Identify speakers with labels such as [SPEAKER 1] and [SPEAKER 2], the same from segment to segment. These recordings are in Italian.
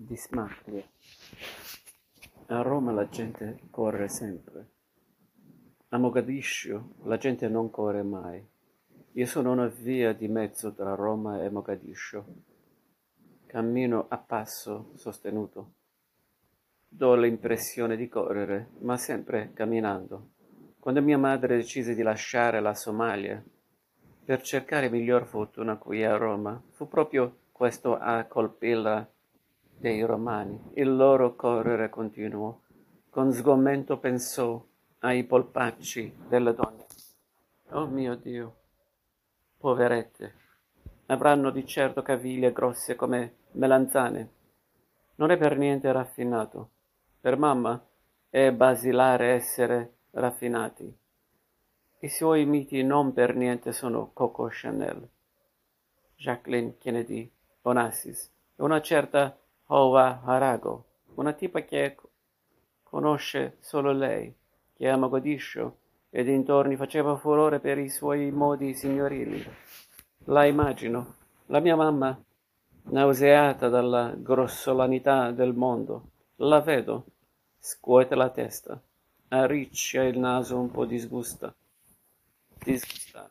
[SPEAKER 1] di smacchia. A Roma la gente corre sempre. A Mogadiscio la gente non corre mai. Io sono una via di mezzo tra Roma e Mogadiscio. Cammino a passo sostenuto. Do l'impressione di correre, ma sempre camminando. Quando mia madre decise di lasciare la Somalia per cercare miglior fortuna qui a Roma, fu proprio questo a colpirla dei romani, il loro correre continuo. Con sgomento pensò ai polpacci delle donne. Oh mio Dio, poverette, avranno di certo caviglie grosse come melanzane. Non è per niente raffinato. Per mamma è basilare essere raffinati. I suoi miti non per niente sono Coco Chanel, Jacqueline Kennedy Onassis e una certa Hova Harago, una tipa che conosce solo lei, che a Mogadiscio e dintorni faceva furore per i suoi modi signorili. La immagino, la mia mamma, nauseata dalla grossolanità del mondo. La vedo, scuote la testa, arriccia il naso un po' disgustata.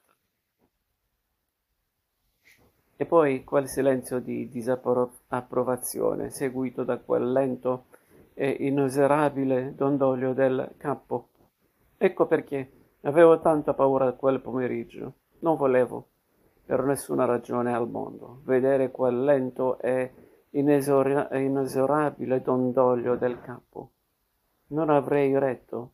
[SPEAKER 1] E poi quel silenzio di disapprovazione, seguito da quel lento e inesorabile dondolio del capo. Ecco perché avevo tanta paura quel pomeriggio. Non volevo, per nessuna ragione al mondo, vedere quel lento e inesorabile dondolio del capo. Non avrei retto.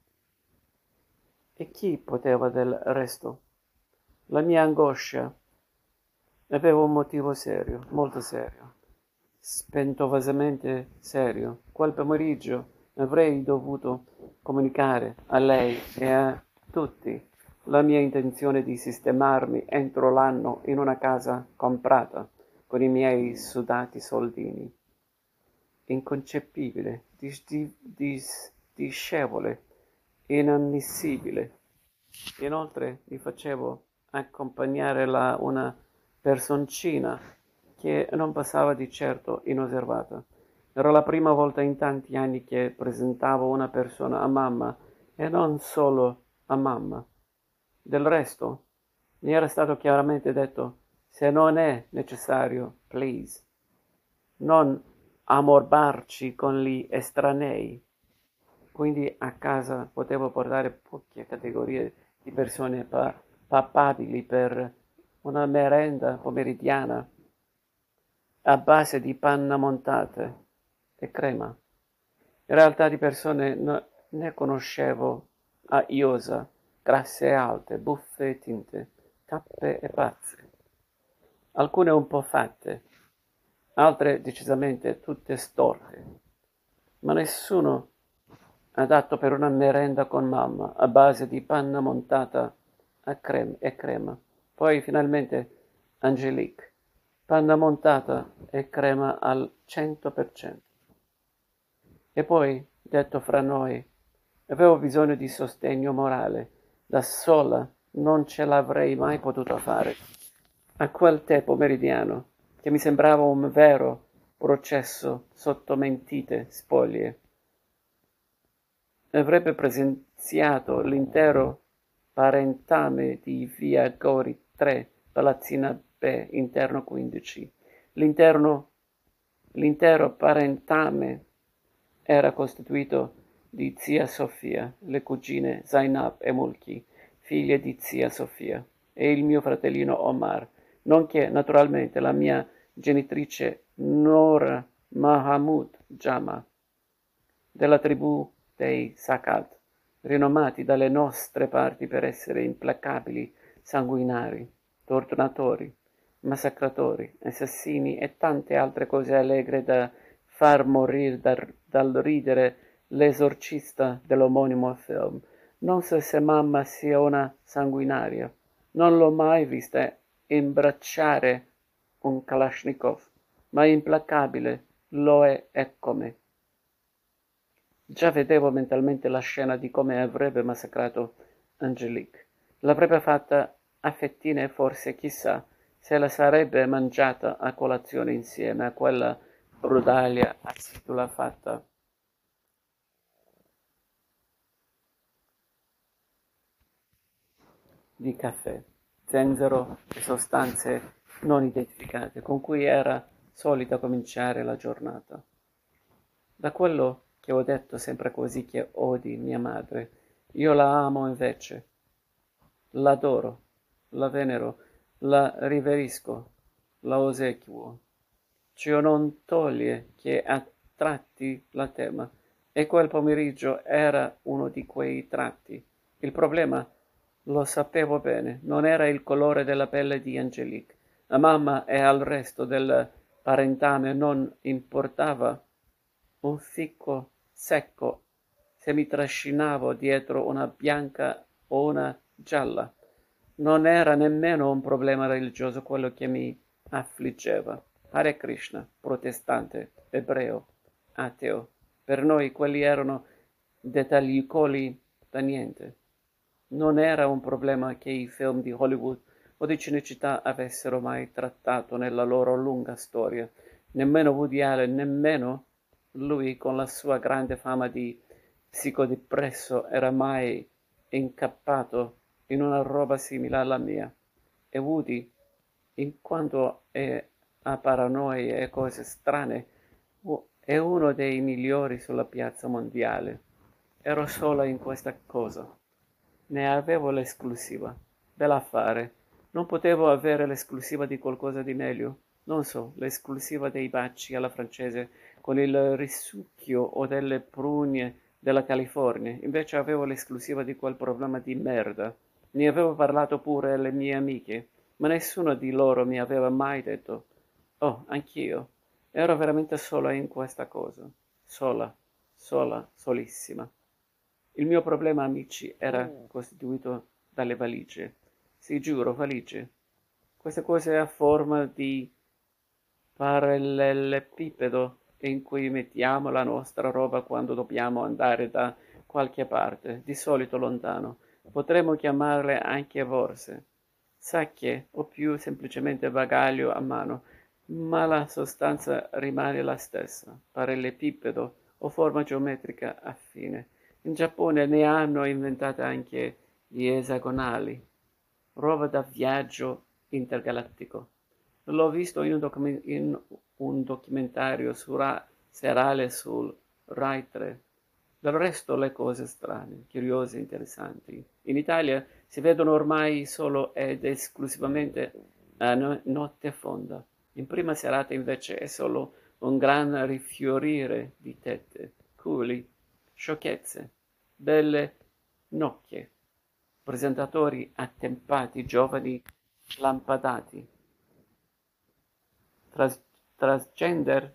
[SPEAKER 1] E chi poteva del resto? La mia angoscia aveva un motivo serio, molto serio, spentosamente serio. Quel pomeriggio avrei dovuto comunicare a lei e a tutti la mia intenzione di sistemarmi entro l'anno in una casa comprata con i miei sudati soldini. Inconcepibile, discevole, inammissibile. Inoltre mi facevo accompagnare là una personcina che non passava di certo inosservata. Era la prima volta in tanti anni che presentavo una persona a mamma e non solo a mamma. Del resto, mi era stato chiaramente detto, se non è necessario, please, non ammorbarci con gli estranei. Quindi a casa potevo portare poche categorie di persone papabili per una merenda pomeridiana a base di panna montate e crema. In realtà di persone ne conoscevo a iosa, grasse e alte, buffe e tinte, cappe e pazze. Alcune un po' fatte, altre decisamente tutte storte, ma nessuno adatto per una merenda con mamma, a base di panna montata e crema. Poi finalmente Angelique, panna montata e crema al 100%. E poi, detto fra noi, avevo bisogno di sostegno morale. Da sola non ce l'avrei mai potuto fare. A quel tè pomeridiano, che mi sembrava un vero processo sotto mentite spoglie, avrebbe presenziato l'intero parentame di via Gori 3, Palazzina B, interno 15. L'intero parentame era costituito di zia Sofia, le cugine Zainab e Mulki, figlie di zia Sofia, e il mio fratellino Omar, nonché naturalmente la mia genitrice Nora Mahamud Jama, della tribù dei Sakat, rinomati dalle nostre parti per essere implacabili, sanguinari, torturatori, massacratori, assassini e tante altre cose allegre da far morire dal ridere l'esorcista dell'omonimo film. Non so se mamma sia una sanguinaria, non l'ho mai vista imbracciare un Kalashnikov, ma implacabile lo è e come. Già vedevo mentalmente la scena di come avrebbe massacrato Angelique. L'avrebbe fatta a fettine e forse, chissà, se la sarebbe mangiata a colazione insieme a quella Brudalia acidula fatta di caffè, zenzero e sostanze non identificate con cui era solita cominciare la giornata. Da quello che ho detto sempre così che odi mia madre, io la amo invece, l'adoro, la venero, la riverisco, la ossequio. Ciò non toglie che a tratti la tema, e quel pomeriggio era uno di quei tratti. Il problema, lo sapevo bene, non era il colore della pelle di Angelique. A mamma e al resto del parentame non importava un ficco secco se mi trascinavo dietro una bianca o una gialla. Non era nemmeno un problema religioso quello che mi affliggeva. Hare Krishna, protestante, ebreo, ateo. Per noi quelli erano dettagliicoli da niente. Non era un problema che i film di Hollywood o di Cinecittà avessero mai trattato nella loro lunga storia. Nemmeno Woody Allen, nemmeno lui con la sua grande fama di psicodepresso era mai incappato in una roba simile alla mia. E Woody, in quanto a paranoie e cose strane, è uno dei migliori sulla piazza mondiale. Ero sola in questa cosa. Ne avevo l'esclusiva. Bell'affare. Non potevo avere l'esclusiva di qualcosa di meglio? Non so, l'esclusiva dei baci alla francese con il risucchio o delle prugne della California. Invece avevo l'esclusiva di quel problema di merda. Ne avevo parlato pure alle mie amiche, ma nessuno di loro mi aveva mai detto: "Oh, anch'io". Ero veramente sola in questa cosa. Sola, sola, solissima. Il mio problema, amici, era costituito dalle valigie. Sì, giuro, valigie. Queste cose a forma di parallelepipedo in cui mettiamo la nostra roba quando dobbiamo andare da qualche parte, di solito lontano. Potremmo chiamarle anche borse, sacche o più semplicemente bagaglio a mano, ma la sostanza rimane la stessa, parallelepipedo o forma geometrica affine. In Giappone ne hanno inventate anche gli esagonali, roba da viaggio intergalattico. L'ho visto in un documentario serale sul Rai 3. Del resto le cose strane, curiose e interessanti. In Italia si vedono ormai solo ed esclusivamente a notte fonda. In prima serata invece è solo un gran rifiorire di tette, culi, sciocchezze, belle nocche, presentatori attempati, giovani lampadati, tras- transgender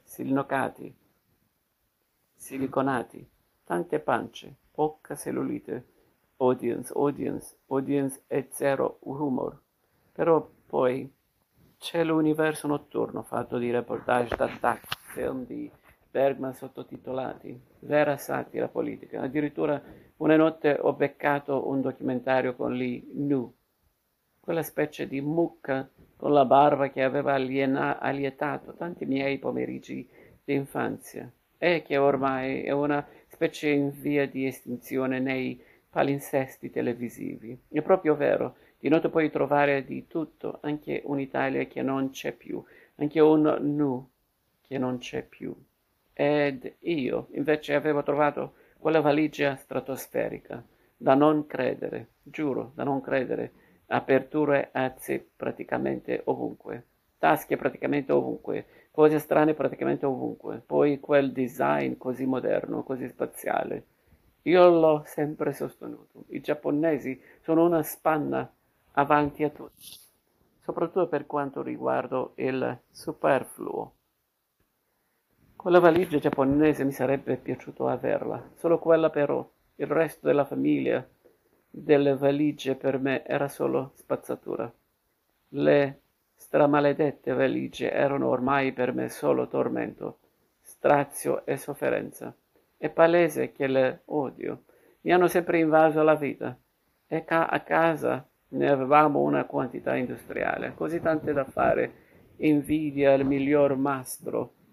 [SPEAKER 1] siliconati, tante pance, poca cellulite, audience e zero humor. Però poi c'è l'universo notturno fatto di reportage d'attacco, film di Bergman sottotitolati, vera satira politica. Addirittura una notte ho beccato un documentario con Lee Nu, quella specie di mucca con la barba che aveva allietato tanti miei pomeriggi di infanzia e che ormai è una specie in via di estinzione nei palinsesti televisivi. È proprio vero, di notte puoi trovare di tutto, anche un'Italia che non c'è più, anche un Nu che non c'è più. Ed io invece avevo trovato quella valigia stratosferica, da non credere, giuro, da non credere, aperture a zip praticamente ovunque, tasche praticamente ovunque, cose strane praticamente ovunque, poi quel design così moderno, così spaziale. Io l'ho sempre sostenuto, i giapponesi sono una spanna avanti a tutti, soprattutto per quanto riguarda il superfluo. Con la valigia giapponese mi sarebbe piaciuto averla, solo quella però. Il resto della famiglia delle valigie per me era solo spazzatura. Le stramaledette valigie erano ormai per me solo tormento, strazio e sofferenza. È palese che le odio. Mi hanno sempre invaso la vita. E a casa ne avevamo una quantità industriale, così tante da fare. Invidia il miglior mastro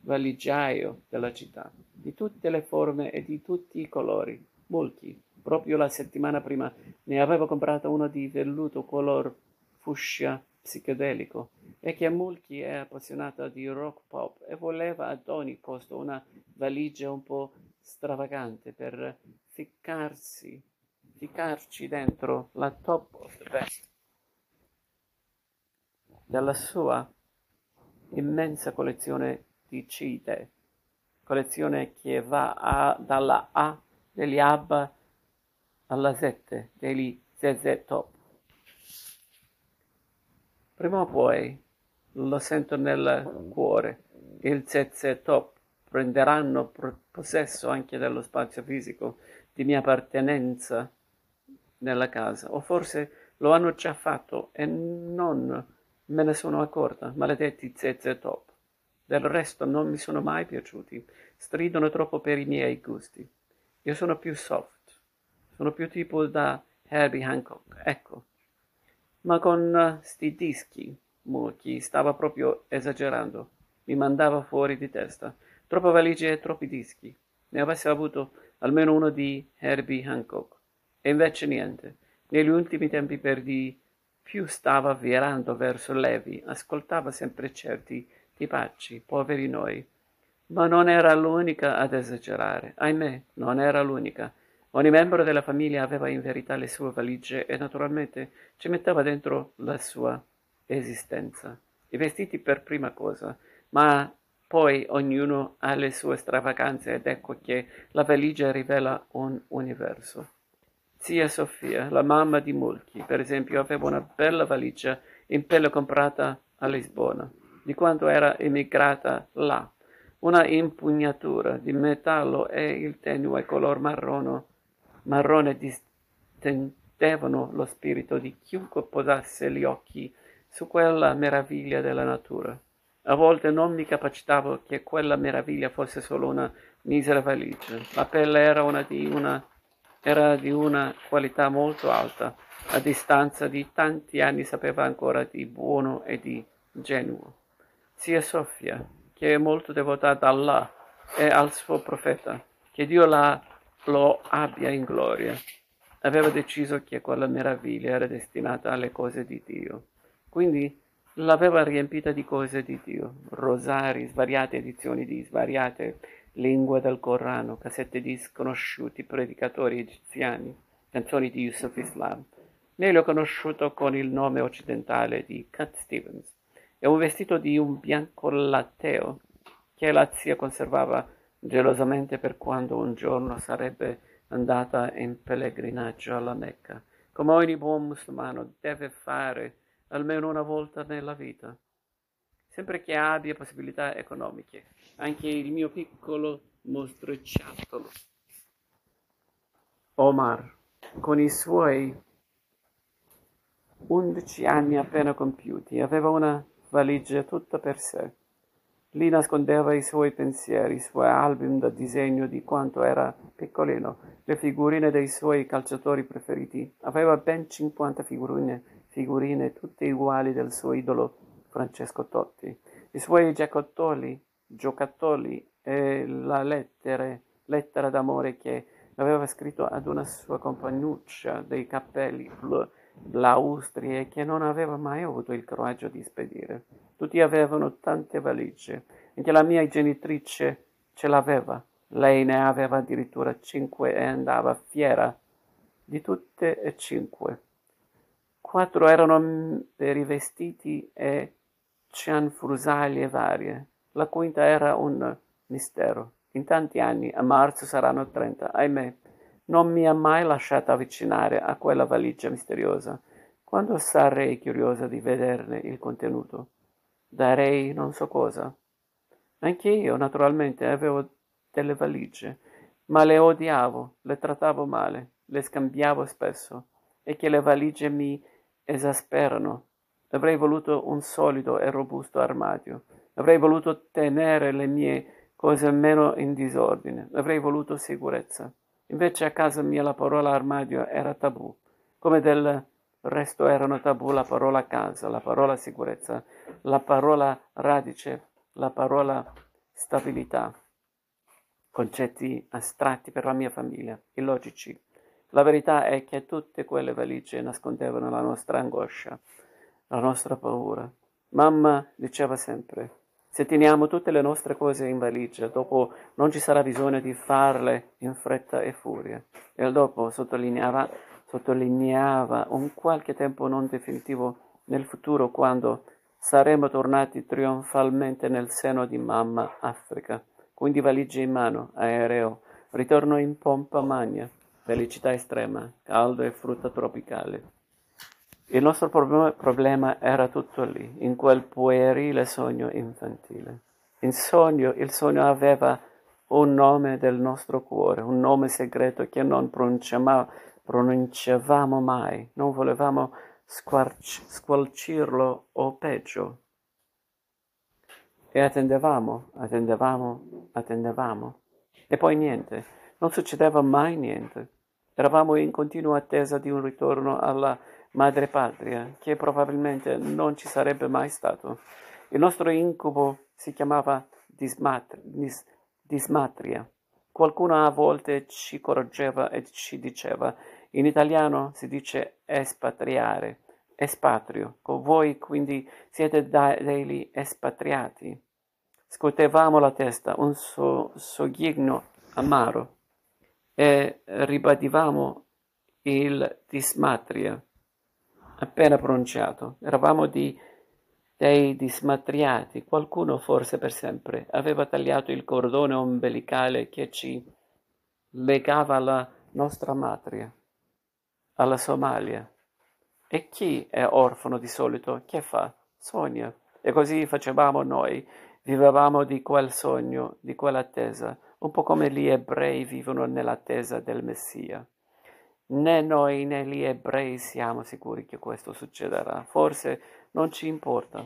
[SPEAKER 1] valigiaio della città, di tutte le forme e di tutti i colori. Mulchi, proprio la settimana prima, ne avevo comprato uno di velluto color fucsia psichedelico, e che Mulchi è appassionata di rock pop e voleva ad ogni costo una valigia un po' stravagante per ficcarci dentro la top of the best della sua immensa collezione di CD, collezione che va dalla A degli ABBA alla Z degli ZZ Top. Prima o poi, lo sento nel cuore, il ZZ Top prenderanno possesso anche dello spazio fisico di mia appartenenza nella casa, o forse lo hanno già fatto e non me ne sono accorta, maledetti ZZ Top. Del resto non mi sono mai piaciuti, stridono troppo per i miei gusti. Io sono più soft, sono più tipo da Herbie Hancock, ecco. Ma con sti dischi, Mulchi stava proprio esagerando, mi mandava fuori di testa. Troppe valigie e troppi dischi. Ne avessi avuto almeno uno di Herbie Hancock. E invece niente. Negli ultimi tempi per di più stava virando verso Levi, ascoltava sempre certi tipacci, poveri noi. Ma non era l'unica ad esagerare. Ahimè, non era l'unica. Ogni membro della famiglia aveva in verità le sue valigie e naturalmente ci metteva dentro la sua esistenza. I vestiti per prima cosa, ma poi ognuno ha le sue stravaganze ed ecco che la valigia rivela un universo. Zia Sofia, la mamma di Mulchi, per esempio, aveva una bella valigia in pelle comprata a Lisbona, di quando era emigrata là. Una impugnatura di metallo e il tenue color marrone distendevano lo spirito di chiunque posasse gli occhi su quella meraviglia della natura. A volte non mi capacitavo che quella meraviglia fosse solo una misera valigia. La pelle era di una qualità molto alta. A distanza di tanti anni sapeva ancora di buono e di genuino. Zia Sofia, che è molto devota ad Allah e al suo profeta, che Dio lo abbia in gloria, aveva deciso che quella meraviglia era destinata alle cose di Dio. Quindi l'aveva riempita di cose di Dio, rosari, svariate edizioni di svariate lingue del Corano, cassette di sconosciuti predicatori egiziani, canzoni di Yusuf Islam. Ne l'ho conosciuto con il nome occidentale di Cat Stevens e un vestito di un bianco latteo che la zia conservava gelosamente per quando un giorno sarebbe andata in pellegrinaggio alla Mecca, come ogni buon musulmano deve fare almeno una volta nella vita, sempre che abbia possibilità economiche. Anche il mio piccolo mostriciattolo Omar, con i suoi 11 anni appena compiuti, aveva una valigia tutta per sé. Lì nascondeva i suoi pensieri, i suoi album da disegno di quanto era piccolino, le figurine dei suoi calciatori preferiti. Aveva ben 50 figurine tutte uguali del suo idolo Francesco Totti. I suoi giocattoli e la lettera d'amore che aveva scritto ad una sua compagnuccia dei capelli blaustri e che non aveva mai avuto il coraggio di spedire. Tutti avevano tante valigie, anche la mia genitrice ce l'aveva. Lei ne aveva addirittura 5 e andava fiera di tutte e 5. 4 erano per i vestiti e cianfrusaglie varie. La quinta era un mistero. In tanti anni, a marzo saranno 30, ahimè, non mi ha mai lasciata avvicinare a quella valigia misteriosa. Quando sarei curiosa di vederne il contenuto, darei non so cosa. Anche io, naturalmente, avevo delle valigie, ma le odiavo, le trattavo male, le scambiavo spesso, e che le valigie mi esasperano. Avrei voluto un solido e robusto armadio, avrei voluto tenere le mie cose meno in disordine, avrei voluto sicurezza. Invece a casa mia la parola armadio era tabù, come del resto erano tabù la parola casa, la parola sicurezza, la parola radice, la parola stabilità, concetti astratti per la mia famiglia, illogici. La verità è che tutte quelle valigie nascondevano la nostra angoscia, la nostra paura. Mamma diceva sempre, se teniamo tutte le nostre cose in valigia, dopo non ci sarà bisogno di farle in fretta e furia. E dopo sottolineava un qualche tempo non definitivo nel futuro, quando saremo tornati trionfalmente nel seno di mamma Africa, quindi valigie in mano, aereo, ritorno in pompa magna, felicità estrema, caldo e frutta tropicale. Il nostro problema era tutto lì, in quel puerile sogno infantile. Il sogno aveva un nome del nostro cuore, un nome segreto che non pronunciavamo mai, non volevamo squalcirlo o peggio. E attendevamo. E poi niente, non succedeva mai niente. Eravamo in continua attesa di un ritorno alla madrepatria, che probabilmente non ci sarebbe mai stato. Il nostro incubo si chiamava dismatria. Qualcuno a volte ci correggeva e ci diceva, in italiano si dice espatriare, espatrio, con voi quindi siete degli espatriati. Scotevamo la testa, un sogghigno amaro, e ribadivamo il dismatria, appena pronunciato. Eravamo dei dismatriati. Qualcuno, forse per sempre, aveva tagliato il cordone ombelicale che ci legava alla nostra matria, alla Somalia. E chi è orfano di solito? Che fa? Sogna. E così facevamo noi. Vivevamo di quel sogno, di quell'attesa, un po' come gli ebrei vivono nell'attesa del Messia. Né noi né gli ebrei siamo sicuri che questo succederà. Forse non ci importa.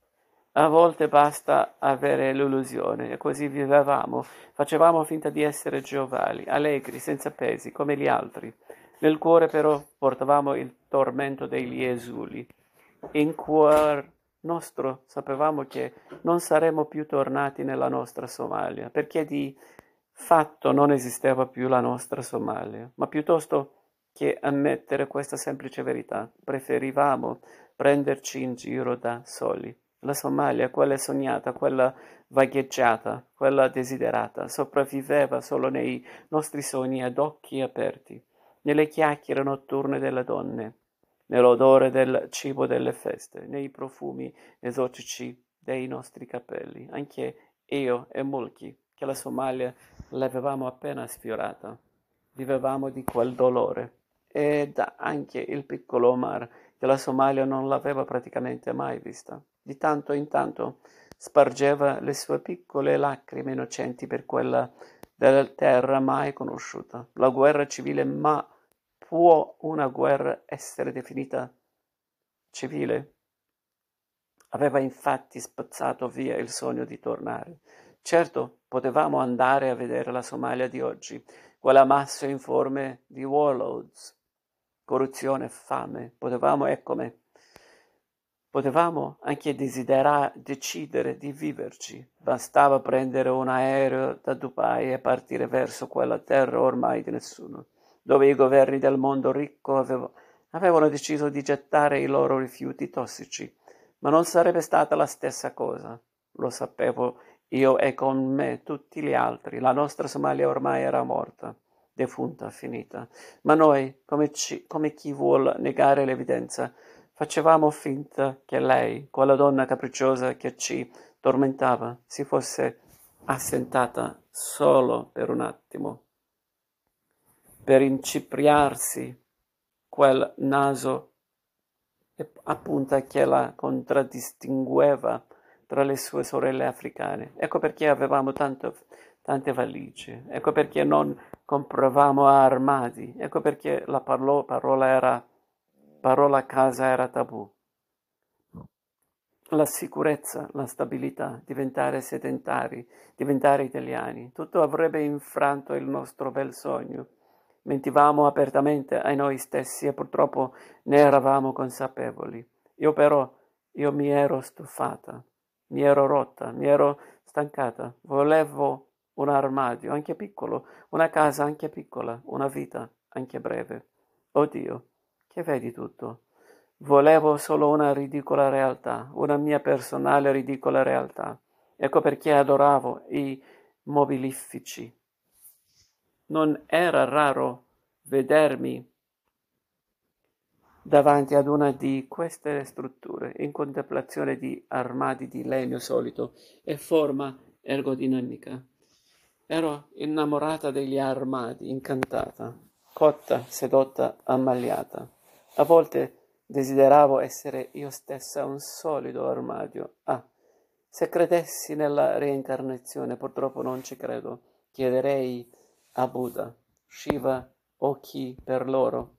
[SPEAKER 1] A volte basta avere l'illusione, e così vivevamo. Facevamo finta di essere giovali, allegri, senza pesi, come gli altri. Nel cuore però portavamo il tormento degli esuli. In cuor nostro sapevamo che non saremmo più tornati nella nostra Somalia, perché di fatto non esisteva più la nostra Somalia, ma piuttosto che ammettere questa semplice verità, preferivamo prenderci in giro da soli. La Somalia, quella sognata, quella vagheggiata, quella desiderata, sopravviveva solo nei nostri sogni ad occhi aperti, nelle chiacchiere notturne delle donne, nell'odore del cibo delle feste, nei profumi esotici dei nostri capelli. Anche io e Mulchi, che la Somalia l'avevamo appena sfiorata, vivevamo di quel dolore. Ed anche il piccolo Omar, che la Somalia non l'aveva praticamente mai vista. Di tanto in tanto spargeva le sue piccole lacrime innocenti per quella della terra mai conosciuta. La guerra civile, ma può una guerra essere definita civile? Aveva infatti spazzato via il sogno di tornare. Certo, potevamo andare a vedere la Somalia di oggi, quella massa informe di warlords, corruzione e fame. Potevamo anche decidere di viverci. Bastava prendere un aereo da Dubai e partire verso quella terra ormai di nessuno, dove i governi del mondo ricco avevano deciso di gettare i loro rifiuti tossici. Ma non sarebbe stata la stessa cosa. Lo sapevo io e con me tutti gli altri. La nostra Somalia ormai era morta, defunta, finita. Ma noi, come chi vuol negare l'evidenza, facevamo finta che lei, quella donna capricciosa che ci tormentava, si fosse assentata solo per un attimo, per incipriarsi quel naso e a punta che la contraddistingueva tra le sue sorelle africane. Ecco perché avevamo tante valigie, ecco perché non compravamo armadi, ecco perché la parola casa era tabù. La sicurezza, la stabilità, diventare sedentari, diventare italiani, tutto avrebbe infranto il nostro bel sogno. Mentivamo apertamente a noi stessi e purtroppo ne eravamo consapevoli. Io mi ero stufata, mi ero rotta, mi ero stancata. Volevo un armadio, anche piccolo, una casa anche piccola, una vita anche breve. Oddio, che vedi tutto? Volevo solo una ridicola realtà, una mia personale ridicola realtà. Ecco perché adoravo i mobilifici. Non era raro vedermi davanti ad una di queste strutture, in contemplazione di armadi di legno solido e forma ergodinamica. Ero innamorata degli armadi, incantata, cotta, sedotta, ammaliata. A volte desideravo essere io stessa un solido armadio. Ah, se credessi nella reincarnazione, purtroppo non ci credo, chiederei a Buddha, Shiva o chi per loro.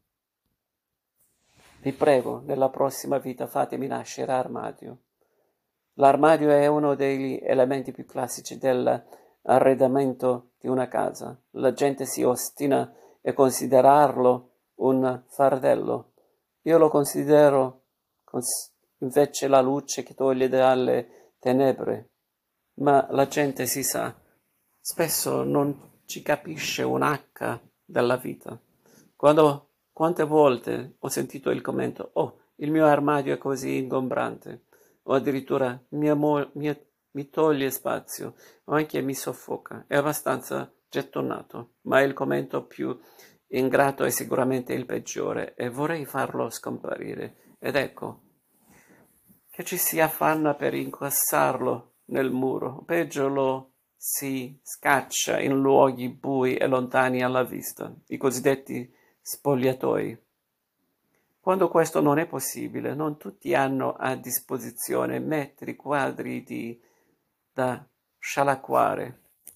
[SPEAKER 1] Vi prego, nella prossima vita fatemi nascere armadio. L'armadio è uno degli elementi più classici dell'arredamento di una casa. La gente si ostina a considerarlo un fardello. Io lo considero invece la luce che toglie dalle tenebre. Ma la gente si sa, spesso non ci capisce un H della vita. Quante volte ho sentito il commento, oh, il mio armadio è così ingombrante, o addirittura mi toglie spazio, o anche mi soffoca, è abbastanza gettonato, ma il commento più ingrato è sicuramente il peggiore e vorrei farlo scomparire. Ed ecco, che ci si affanna per incassarlo nel muro, o peggio lo si scaccia in luoghi bui e lontani alla vista, i cosiddetti spogliatoi. Quando questo non è possibile, non tutti hanno a disposizione metri quadri da scialacquare.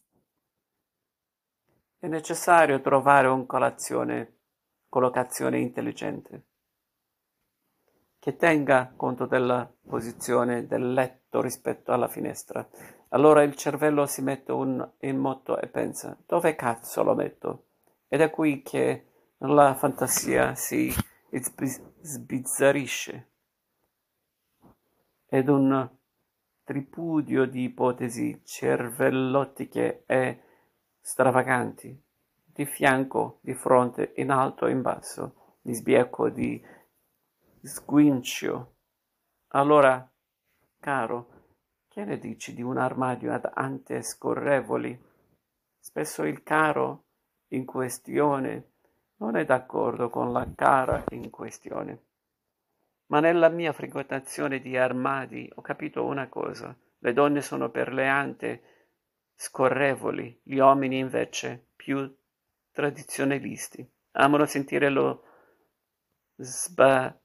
[SPEAKER 1] È necessario trovare una collocazione intelligente che tenga conto della posizione del letto rispetto alla finestra. Allora il cervello si mette in moto e pensa, dove cazzo lo metto? Ed è qui che la fantasia si sbizzarrisce ed un tripudio di ipotesi cervellottiche e stravaganti, di fianco, di fronte, in alto e in basso, di sbieco, di sguincio. Allora, caro, che ne dici di un armadio ad ante scorrevoli? Spesso il caro in questione non è d'accordo con la cara in questione. Ma nella mia frequentazione di armadi ho capito una cosa: le donne sono per le ante scorrevoli, gli uomini invece più tradizionalisti. Amano sentire lo sbatacchio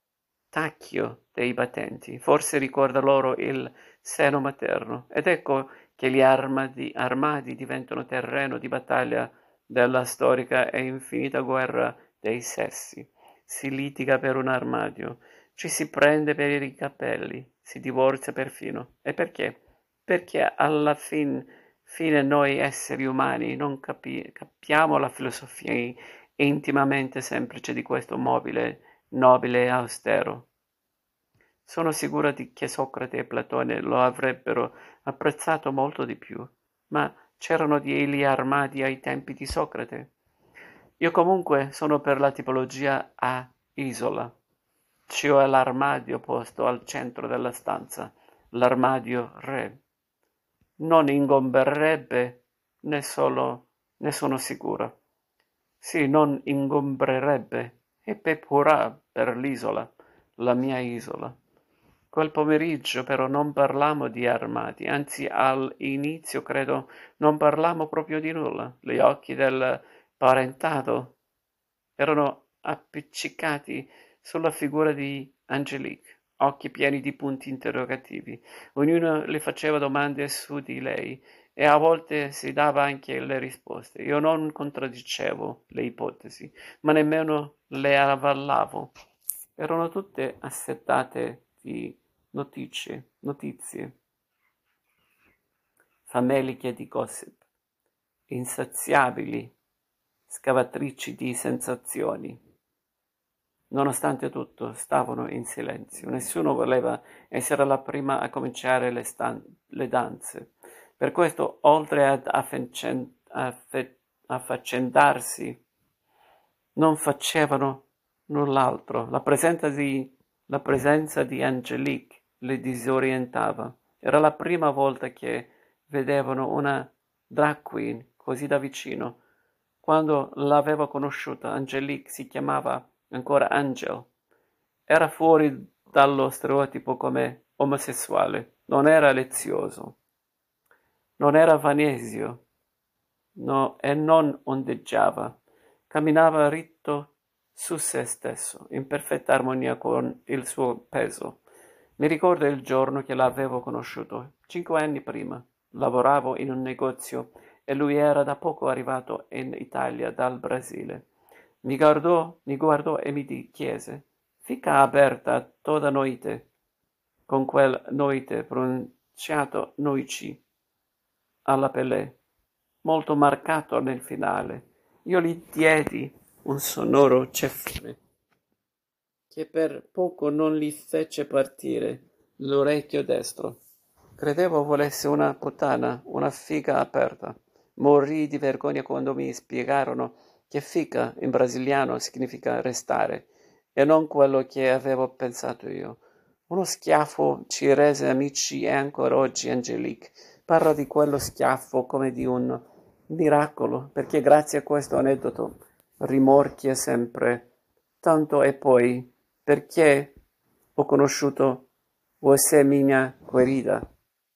[SPEAKER 1] dei battenti, forse ricorda loro il seno materno, ed ecco che gli armadi diventano terreno di battaglia della storica e infinita guerra dei sessi. Si litiga per un armadio, ci si prende per i capelli, si divorzia perfino. E perché? Perché alla fine noi esseri umani non capiamo la filosofia intimamente semplice di questo mobile nobile e austero. Sono sicura che Socrate e Platone lo avrebbero apprezzato molto di più, ma c'erano degli armadi ai tempi di Socrate. Io comunque sono per la tipologia a isola, cioè l'armadio posto al centro della stanza, l'armadio re. Non ingombrerebbe ne sono sicura. Sì, non ingombrerebbe, e pepurà per l'isola, la mia isola. Quel pomeriggio però non parlammo di armadi, anzi all'inizio credo non parlammo proprio di nulla. Gli occhi del parentato erano appiccicati sulla figura di Angelique, occhi pieni di punti interrogativi. Ognuno le faceva domande su di lei e a volte si dava anche le risposte. Io non contraddicevo le ipotesi, ma nemmeno le avvallavo. Erano tutte assetate di notizie, fameliche di gossip, insaziabili scavatrici di sensazioni. Nonostante tutto, stavano in silenzio. Nessuno voleva essere la prima a cominciare le danze. Per questo, oltre ad affaccendarsi, non facevano null'altro. La presenza di Angelique li disorientava. Era la prima volta che vedevano una drag queen così da vicino. Quando l'avevo conosciuta, Angelique si chiamava ancora Angel. Era fuori dallo stereotipo come omosessuale. Non era lezioso. Non era vanesio. No, e non ondeggiava. Camminava ritto su se stesso, in perfetta armonia con il suo peso. Mi ricordo il giorno che l'avevo conosciuto, 5 anni prima. Lavoravo in un negozio e lui era da poco arrivato in Italia dal Brasile. Mi guardò e chiese: Fica aperta toda noite, con quel noite pronunciato noici alla Pelé, molto marcato nel finale. Io gli diedi un sonoro ceffone che per poco non gli fece partire l'orecchio destro. Credevo volesse una puttana, una figa aperta. Morrii di vergogna quando mi spiegarono che fica in brasiliano significa restare e non quello che avevo pensato io. Uno schiaffo ci rese amici e ancora oggi Angelique parla di quello schiaffo come di un miracolo, perché grazie a questo aneddoto rimorchia sempre. Tanto e poi, perché ho conosciuto você minha querida.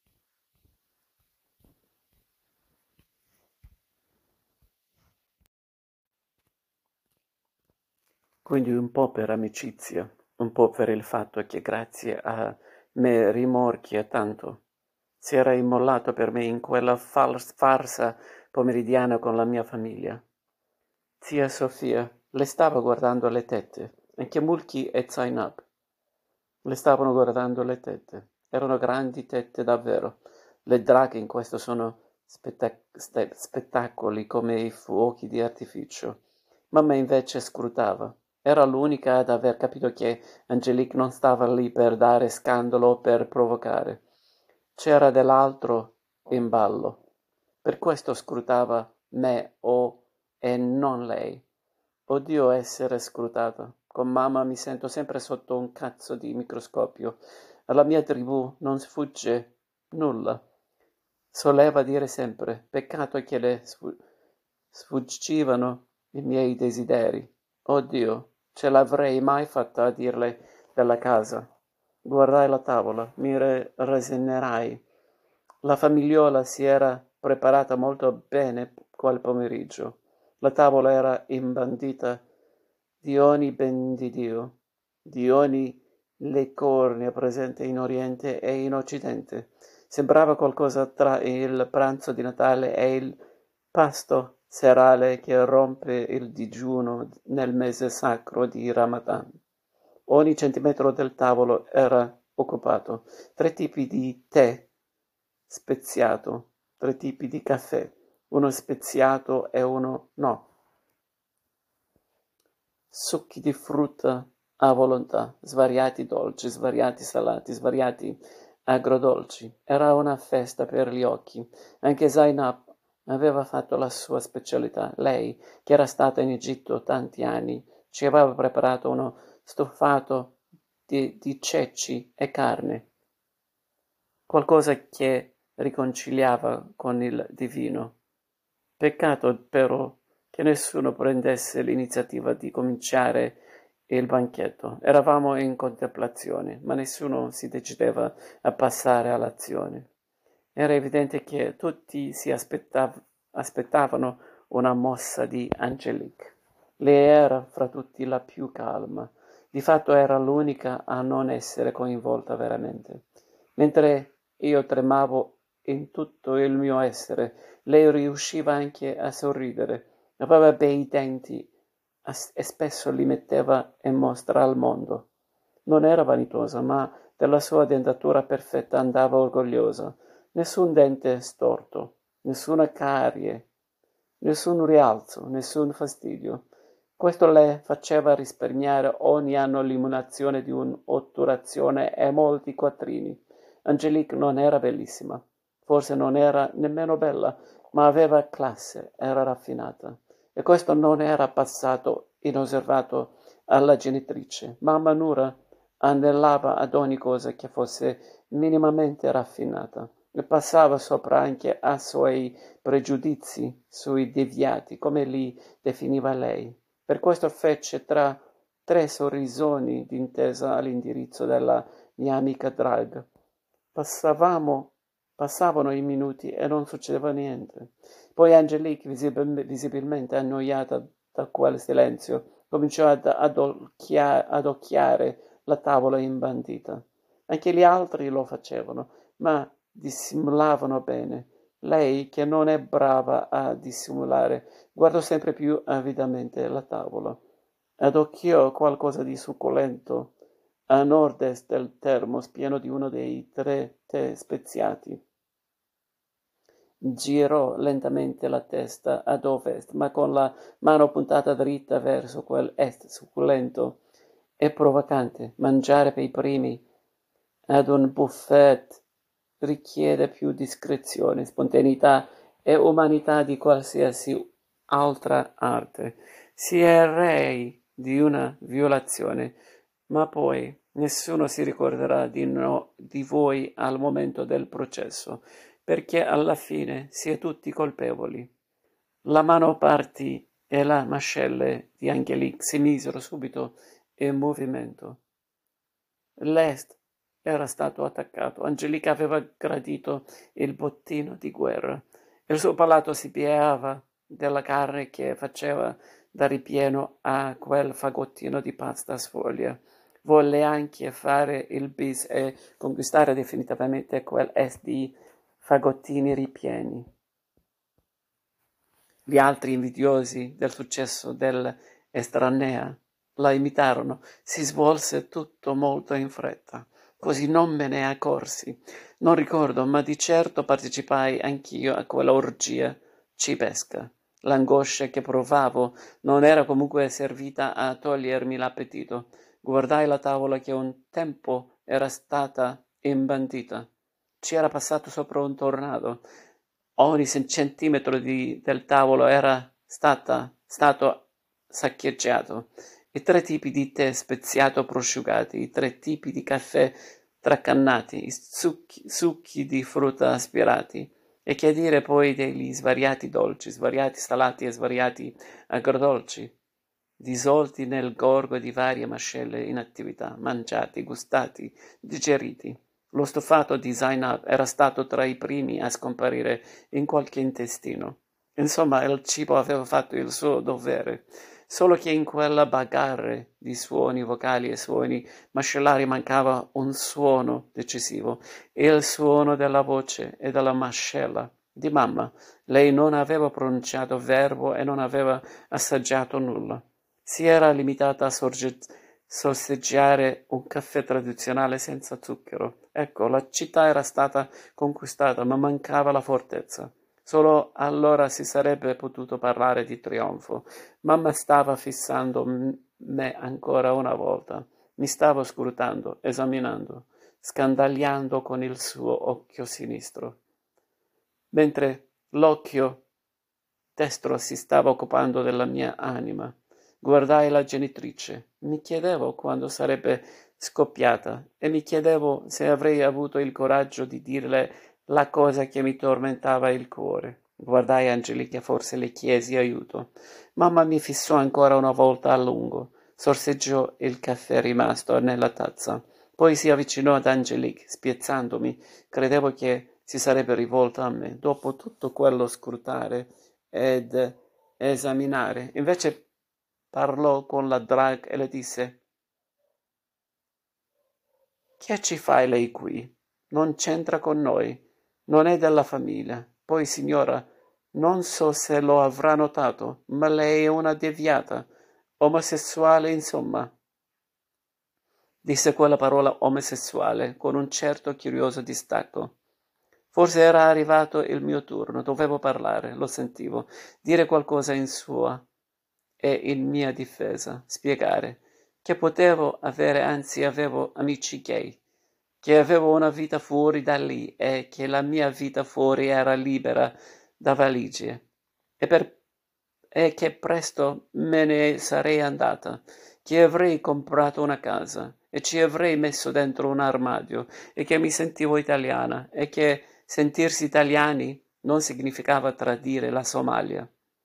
[SPEAKER 1] Quindi un po' per amicizia, un po' per il fatto che grazie a me rimorchia tanto. Si era immollato per me in quella farsa pomeridiana con la mia famiglia. Zia Sofia le stava guardando le tette, anche Mulchi e Zainab le stavano guardando le tette. Erano grandi tette davvero. Le draghe in questo sono spettacoli come i fuochi di artificio. Mamma invece scrutava. Era l'unica ad aver capito che Angelique non stava lì per dare scandalo o per provocare. C'era dell'altro in ballo. Per questo scrutava me e non lei. Odio essere scrutata. Con mamma mi sento sempre sotto un cazzo di microscopio. Alla mia tribù non sfugge nulla. Soleva dire sempre, peccato che le sfuggivano i miei desideri. Oddio, ce l'avrei mai fatta a dirle della casa. Guardai la tavola, rasenerai. La famigliola si era preparata molto bene quel pomeriggio. La tavola era imbandita di ogni ben di Dio, di ogni le cornia presente in Oriente e in Occidente. Sembrava qualcosa tra il pranzo di Natale e il pasto serale che rompe il digiuno nel mese sacro di Ramadan. Ogni centimetro del tavolo era occupato. 3 tipi di tè speziato, 3 tipi di caffè, uno speziato e uno no. Succhi di frutta a volontà, svariati dolci, svariati salati, svariati agrodolci. Era una festa per gli occhi. Anche Zainab aveva fatto la sua specialità. Lei, che era stata in Egitto tanti anni, ci aveva preparato uno stufato di ceci e carne, qualcosa che riconciliava con il divino. Peccato però che nessuno prendesse l'iniziativa di cominciare il banchetto. Eravamo in contemplazione, ma nessuno si decideva a passare all'azione. Era evidente che tutti si aspettavano una mossa di Angelique. Lei era fra tutti la più calma. Di fatto era l'unica a non essere coinvolta veramente. Mentre io tremavo in tutto il mio essere, lei riusciva anche a sorridere. Aveva bei denti e spesso li metteva in mostra al mondo. Non era vanitosa, ma della sua dentatura perfetta andava orgogliosa. Nessun dente storto, nessuna carie, nessun rialzo, nessun fastidio. Questo le faceva risparmiare ogni anno l'immunizazione di un'otturazione e molti quattrini. Angelique non era bellissima, forse non era nemmeno bella, ma aveva classe, era raffinata. E questo non era passato inosservato alla genitrice. Mamma Nura anelava ad ogni cosa che fosse minimamente raffinata e passava sopra anche a suoi pregiudizi sui deviati, come li definiva lei. Per questo fece tre sorrisoni d'intesa all'indirizzo della mia amica Drag. Passavano i minuti e non succedeva niente. Poi Angelique, visibilmente annoiata da quel silenzio, cominciò ad occhiare la tavola imbandita. Anche gli altri lo facevano, ma dissimulavano bene. Lei, che non è brava a dissimulare, guardò sempre più avidamente la tavola. Adocchiò qualcosa di succulento a nord-est del termos pieno di uno dei tre tè speziati. Girò lentamente la testa ad ovest, ma con la mano puntata dritta verso quel est succulento e provocante. Mangiare per i primi ad un buffet richiede più discrezione, spontaneità e umanità di qualsiasi altra arte. Si è rei di una violazione, ma poi nessuno si ricorderà di voi al momento del processo, perché alla fine si è tutti colpevoli. La mano partì e le mascelle di Angelique si misero subito in movimento. L'Est era stato attaccato. Angelica aveva gradito il bottino di guerra. Il suo palato si beava della carne che faceva da ripieno a quel fagottino di pasta sfoglia. Volle anche fare il bis e conquistare definitivamente quel est di fagottini ripieni. Gli altri invidiosi del successo dell'estranea la imitarono. Si svolse tutto molto in fretta, così non me ne accorsi. Non ricordo, ma di certo partecipai anch'io a quella orgia cipesca. L'angoscia che provavo non era comunque servita a togliermi l'appetito. Guardai la tavola che un tempo era stata imbandita. Ci era passato sopra un tornado. Ogni centimetro del tavolo era stato saccheggiato. I tre tipi di tè speziato prosciugati, i tre tipi di caffè tracannati, i succhi di frutta aspirati, e che dire poi degli svariati dolci, svariati salati e svariati agrodolci, dissolti nel gorgo di varie mascelle in attività, mangiati, gustati, digeriti. Lo stufato di Zainab era stato tra i primi a scomparire in qualche intestino. Insomma, il cibo aveva fatto il suo dovere, solo che in quella bagarre di suoni vocali e suoni mascellari mancava un suono decisivo, il suono della voce e della mascella di mamma. Lei non aveva pronunciato verbo e non aveva assaggiato nulla. Si era limitata a sorseggiare un caffè tradizionale senza zucchero. Ecco, la città era stata conquistata, ma mancava la fortezza. Solo allora si sarebbe potuto parlare di trionfo. Mamma stava fissando me ancora una volta. Mi stava scrutando, esaminando, scandagliando con il suo occhio sinistro, mentre l'occhio destro si stava occupando della mia anima. Guardai la genitrice. Mi chiedevo quando sarebbe scoppiata e mi chiedevo se avrei avuto il coraggio di dirle la cosa che mi tormentava il cuore. Guardai Angelica, forse le chiesi aiuto. Mamma mi fissò ancora una volta a lungo. Sorseggiò il caffè rimasto nella tazza. Poi si avvicinò ad Angelique, spiezzandomi. Credevo che si sarebbe rivolta a me. Dopo tutto quello scrutare ed esaminare, invece parlò con la Drag e le disse: «Che ci fai lei qui? Non c'entra con noi, non è della famiglia. Poi, signora, non so se lo avrà notato, ma lei è una deviata, omosessuale, insomma». Disse quella parola omosessuale con un certo curioso distacco. Forse era arrivato il mio turno, dovevo parlare, lo sentivo, dire qualcosa in sua e in mia difesa spiegare che potevo avere, anzi avevo amici gay, che avevo una vita fuori da lì e che la mia vita fuori era libera da valigie e, e che presto me ne sarei andata, che avrei comprato una casa e ci avrei messo dentro un armadio e che mi sentivo italiana e che sentirsi italiani non significava tradire la Somalia.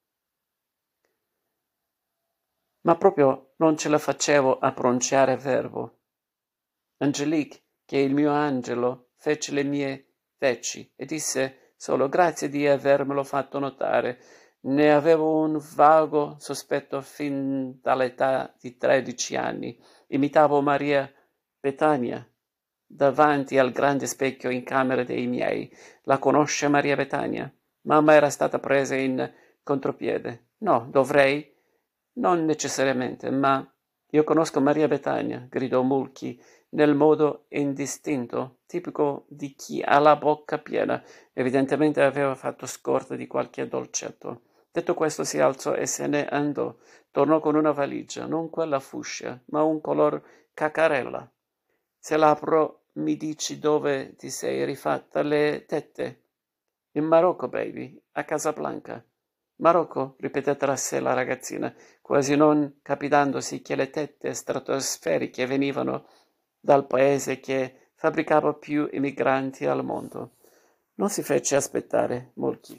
[SPEAKER 1] Ma proprio non ce la facevo a pronunciare verbo. Angelique, che è il mio angelo, fece le mie veci e disse solo grazie di avermelo fatto notare. Ne avevo un vago sospetto fin dall'età di 13 anni. Imitavo Maria Betania davanti al grande specchio in camera dei miei. La conosce Maria Betania? Mamma era stata presa in contropiede. No, dovrei? Non necessariamente, ma io conosco Maria Betania, gridò Mulchi nel modo indistinto, tipico di chi ha la bocca piena. Evidentemente aveva fatto scorta di qualche dolcetto. Detto questo si alzò e se ne andò. Tornò con una valigia, non quella fucsia, ma un color cacarella. Se l'apro mi dici dove ti sei rifatta le tette? In Marocco, baby, a Casablanca. Marocco, ripeté tra sé la ragazzina, quasi non capitandosi che le tette stratosferiche venivano dal paese che fabbricava più emigranti al mondo. Non si fece aspettare, Molchi.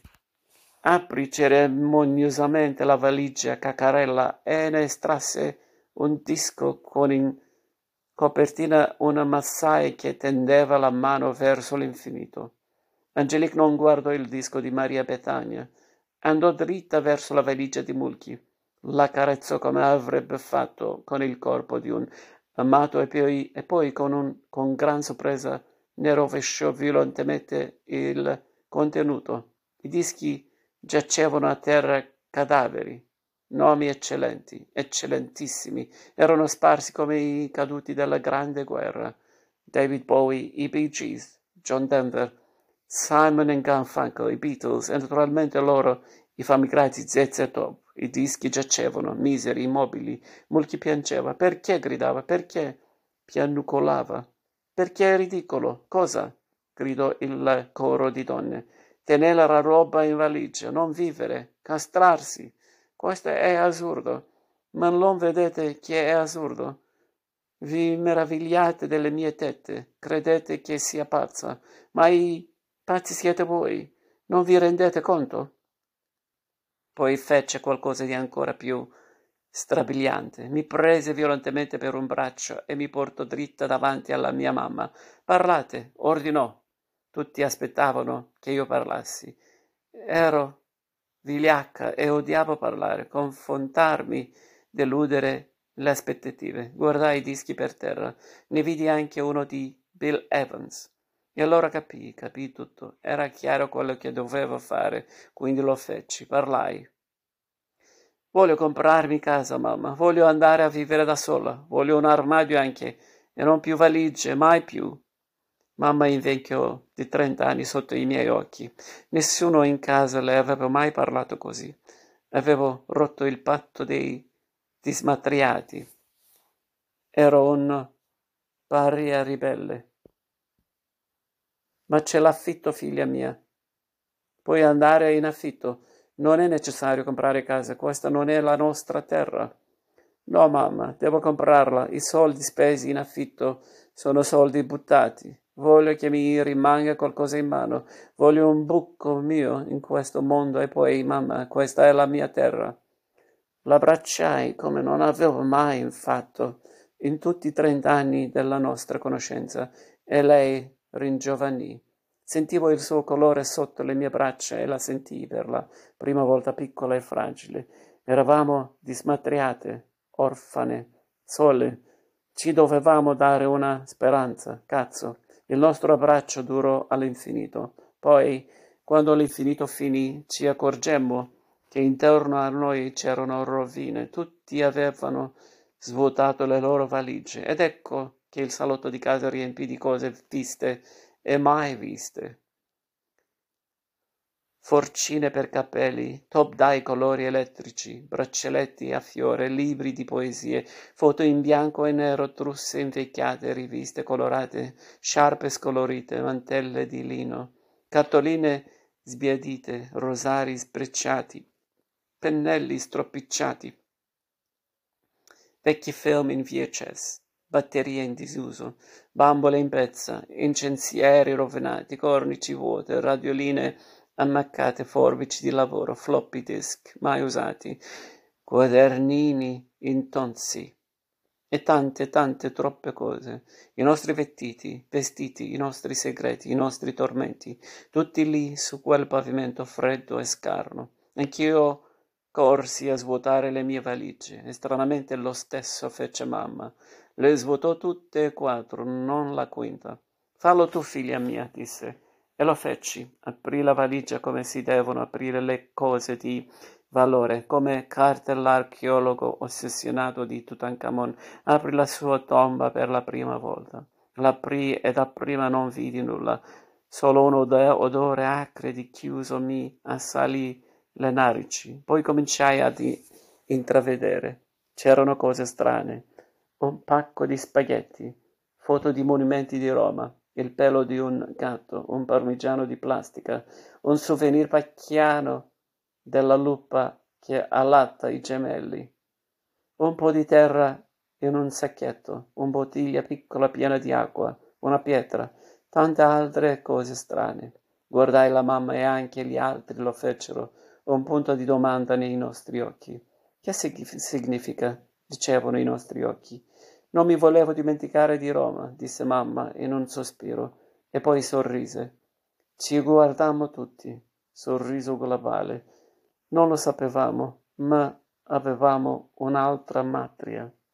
[SPEAKER 1] Aprì ceremoniosamente la valigia cacarella e ne estrasse un disco con in copertina una massaia che tendeva la mano verso l'infinito. Angelique non guardò il disco di Maria Betania. Andò dritta verso la valigia di Mulchi. La carezzò come avrebbe fatto con il corpo di un amato e poi con gran sorpresa ne rovesciò violentemente il contenuto. I dischi giacevano a terra cadaveri. Nomi eccellenti, eccellentissimi, erano sparsi come i caduti della Grande Guerra. David Bowie, i Bee Gees, John Denver, Simon and Garfunkel, i Beatles e naturalmente loro, i famigerati ZZ Top. I dischi giacevano, miseri, immobili. Mulchi piangeva. Perché gridava? Perché piagnucolava? Perché è ridicolo? Cosa? Gridò il coro di donne. Tenere la roba in valigia, non vivere, castrarsi. Questo è assurdo. Ma non vedete che è assurdo? Vi meravigliate delle mie tette, credete che sia pazza, ma i pazzi siete voi. Non vi rendete conto? Poi fece qualcosa di ancora più strabiliante. Mi prese violentemente per un braccio e mi portò dritta davanti alla mia mamma. Parlate, ordinò. Tutti aspettavano che io parlassi. Ero vigliacca e odiavo parlare, confrontarmi, deludere le aspettative. Guardai i dischi per terra. Ne vidi anche uno di Bill Evans. E allora capii tutto. Era chiaro quello che dovevo fare, quindi lo feci. Parlai. Voglio comprarmi casa, mamma. Voglio andare a vivere da sola. Voglio un armadio anche, e non più valigie, mai più. Mamma invecchiò di 30 anni sotto i miei occhi. Nessuno in casa le aveva mai parlato così. Avevo rotto il patto dei dismatriati. Ero un paria ribelle. Ma c'è l'affitto, figlia mia. Puoi andare in affitto. Non è necessario comprare casa. Questa non è la nostra terra. No, mamma, devo comprarla. I soldi spesi in affitto sono soldi buttati. Voglio che mi rimanga qualcosa in mano. Voglio un buco mio in questo mondo e poi, mamma, questa è la mia terra. L'abbracciai come non avevo mai fatto in tutti i 30 anni della nostra conoscenza e lei ringiovanì. Sentivo il suo colore sotto le mie braccia e la sentii per la prima volta piccola e fragile. Eravamo dismatriate, orfane, sole. Ci dovevamo dare una speranza, cazzo. Il nostro abbraccio durò all'infinito. Poi, quando l'infinito finì, ci accorgemmo che intorno a noi c'erano rovine. Tutti avevano svuotato le loro valigie. Ed ecco che il salotto di casa riempì di cose viste e mai viste. forcine per capelli, top dai colori elettrici, braccialetti a fiore, libri di poesie, foto in bianco e nero, trusse invecchiate, riviste colorate, sciarpe scolorite, mantelle di lino, cartoline sbiadite, rosari sbrecciati, pennelli stropicciati, vecchi film in VHS, batterie in disuso, bambole in pezza, incensieri rovinati, cornici vuote, radioline ammaccate, forbici di lavoro, floppy disk mai usati, quadernini intonsi e tante, tante troppe cose. I nostri vestiti, i nostri segreti, i nostri tormenti, tutti lì su quel pavimento freddo e scarno. Anch'io corsi a svuotare le mie valigie e stranamente lo stesso fece mamma. Le svuotò tutte e quattro, non la quinta. Fallo tu, figlia mia, disse. E lo feci. Aprì la valigia come si devono aprire le cose di valore, come Carter l'archeologo ossessionato di Tutankhamon aprì la sua tomba per la prima volta. L'aprì e dapprima non vidi nulla, solo un odore acre di chiuso mi assalì le narici. Poi cominciai ad intravedere. C'erano cose strane. Un pacco di spaghetti, foto di monumenti di Roma, il pelo di un gatto, un parmigiano di plastica, un souvenir pacchiano della lupa che allatta i gemelli, un po' di terra in un sacchetto, una bottiglia piccola piena di acqua, una pietra, tante altre cose strane. Guardai la mamma e anche gli altri lo fecero, un punto di domanda nei nostri occhi. Che significa? Dicevano i nostri occhi. Non mi volevo dimenticare di Roma, disse mamma in un sospiro, e poi sorrise. Ci guardammo tutti, sorriso globale. Non lo sapevamo, ma avevamo un'altra matria.